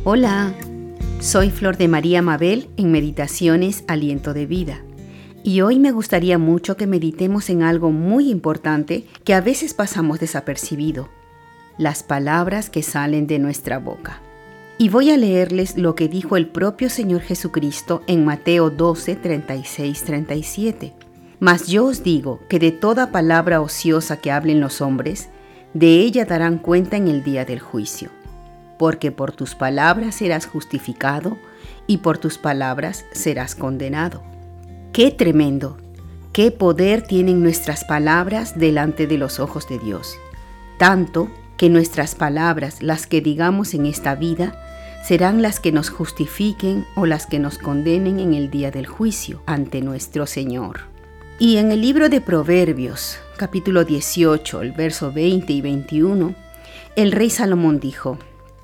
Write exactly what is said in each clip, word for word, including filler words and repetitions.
Hola, soy Flor de María Mabel en Meditaciones Aliento de Vida. Y hoy me gustaría mucho que meditemos en algo muy importante que a veces pasamos desapercibido: las palabras que salen de nuestra boca. Y voy a leerles lo que dijo el propio Señor Jesucristo en Mateo doce, treinta y seis, treinta y siete. Mas yo os digo que de toda palabra ociosa que hablen los hombres, de ella darán cuenta en el día del juicio. Porque por tus palabras serás justificado y por tus palabras serás condenado. ¡Qué tremendo! ¡Qué poder tienen nuestras palabras delante de los ojos de Dios! Tanto que nuestras palabras, las que digamos en esta vida, serán las que nos justifiquen o las que nos condenen en el día del juicio ante nuestro Señor. Y en el libro de Proverbios, capítulo dieciocho, el verso veinte y veintiuno, el rey Salomón dijo: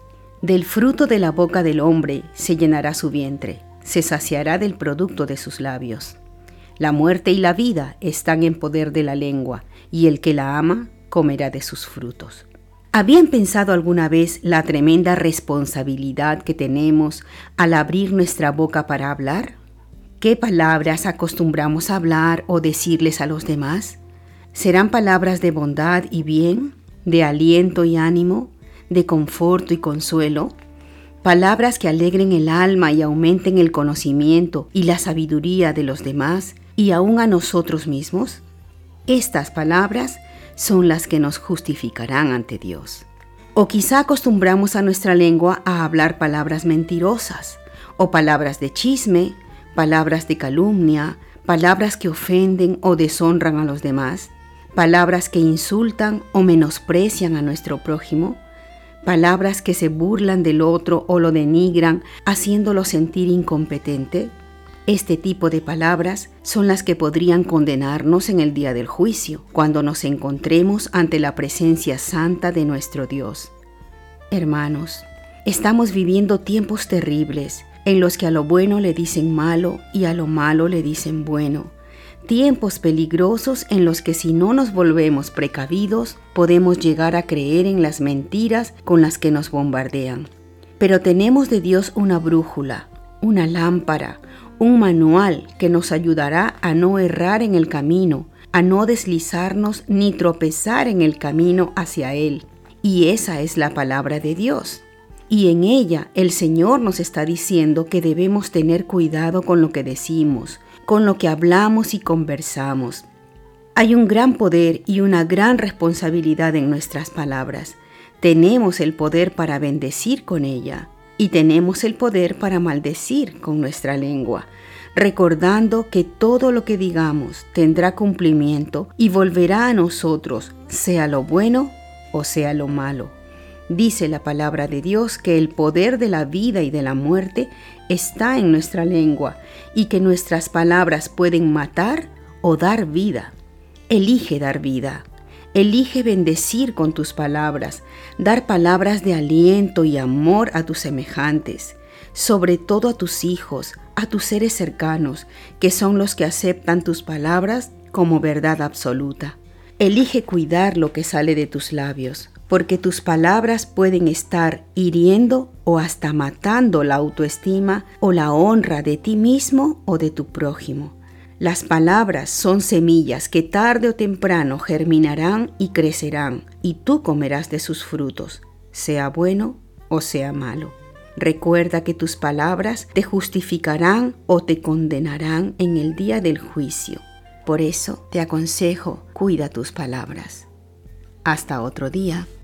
Del fruto de la boca del hombre se llenará su vientre, se saciará del producto de sus labios. La muerte y la vida están en poder de la lengua, y el que la ama comerá de sus frutos. ¿Habían pensado alguna vez la tremenda responsabilidad que tenemos al abrir nuestra boca para hablar? ¿Qué palabras acostumbramos a hablar o decirles a los demás? ¿Serán palabras de bondad y bien, de aliento y ánimo, de conforto y consuelo? Palabras que alegren el alma y aumenten el conocimiento y la sabiduría de los demás y aún a nosotros mismos. Estas palabras son las que nos justificarán ante Dios. O quizá acostumbramos a nuestra lengua a hablar palabras mentirosas, o palabras de chisme, palabras de calumnia, palabras que ofenden o deshonran a los demás, palabras que insultan o menosprecian a nuestro prójimo, palabras que se burlan del otro o lo denigran, haciéndolo sentir incompetente. Este tipo de palabras son las que podrían condenarnos en el día del juicio, cuando nos encontremos ante la presencia santa de nuestro Dios. Hermanos, estamos viviendo tiempos terribles en los que a lo bueno le dicen malo y a lo malo le dicen bueno. Tiempos peligrosos en los que si no nos volvemos precavidos, podemos llegar a creer en las mentiras con las que nos bombardean. Pero tenemos de Dios una brújula, una lámpara, un manual que nos ayudará a no errar en el camino, a no deslizarnos ni tropezar en el camino hacia Él. Y esa es la palabra de Dios. Y en ella el Señor nos está diciendo que debemos tener cuidado con lo que decimos, con lo que hablamos y conversamos. Hay un gran poder y una gran responsabilidad en nuestras palabras. Tenemos el poder para bendecir con ella y tenemos el poder para maldecir con nuestra lengua, recordando que todo lo que digamos tendrá cumplimiento y volverá a nosotros, sea lo bueno o sea lo malo. Dice la palabra de Dios que el poder de la vida y de la muerte está en nuestra lengua y que nuestras palabras pueden matar o dar vida. Elige dar vida. Elige bendecir con tus palabras, dar palabras de aliento y amor a tus semejantes, sobre todo a tus hijos, a tus seres cercanos, que son los que aceptan tus palabras como verdad absoluta. Elige cuidar lo que sale de tus labios, porque tus palabras pueden estar hiriendo o hasta matando la autoestima o la honra de ti mismo o de tu prójimo. Las palabras son semillas que tarde o temprano germinarán y crecerán, y tú comerás de sus frutos, sea bueno o sea malo. Recuerda que tus palabras te justificarán o te condenarán en el día del juicio. Por eso te aconsejo, cuida tus palabras. Hasta otro día.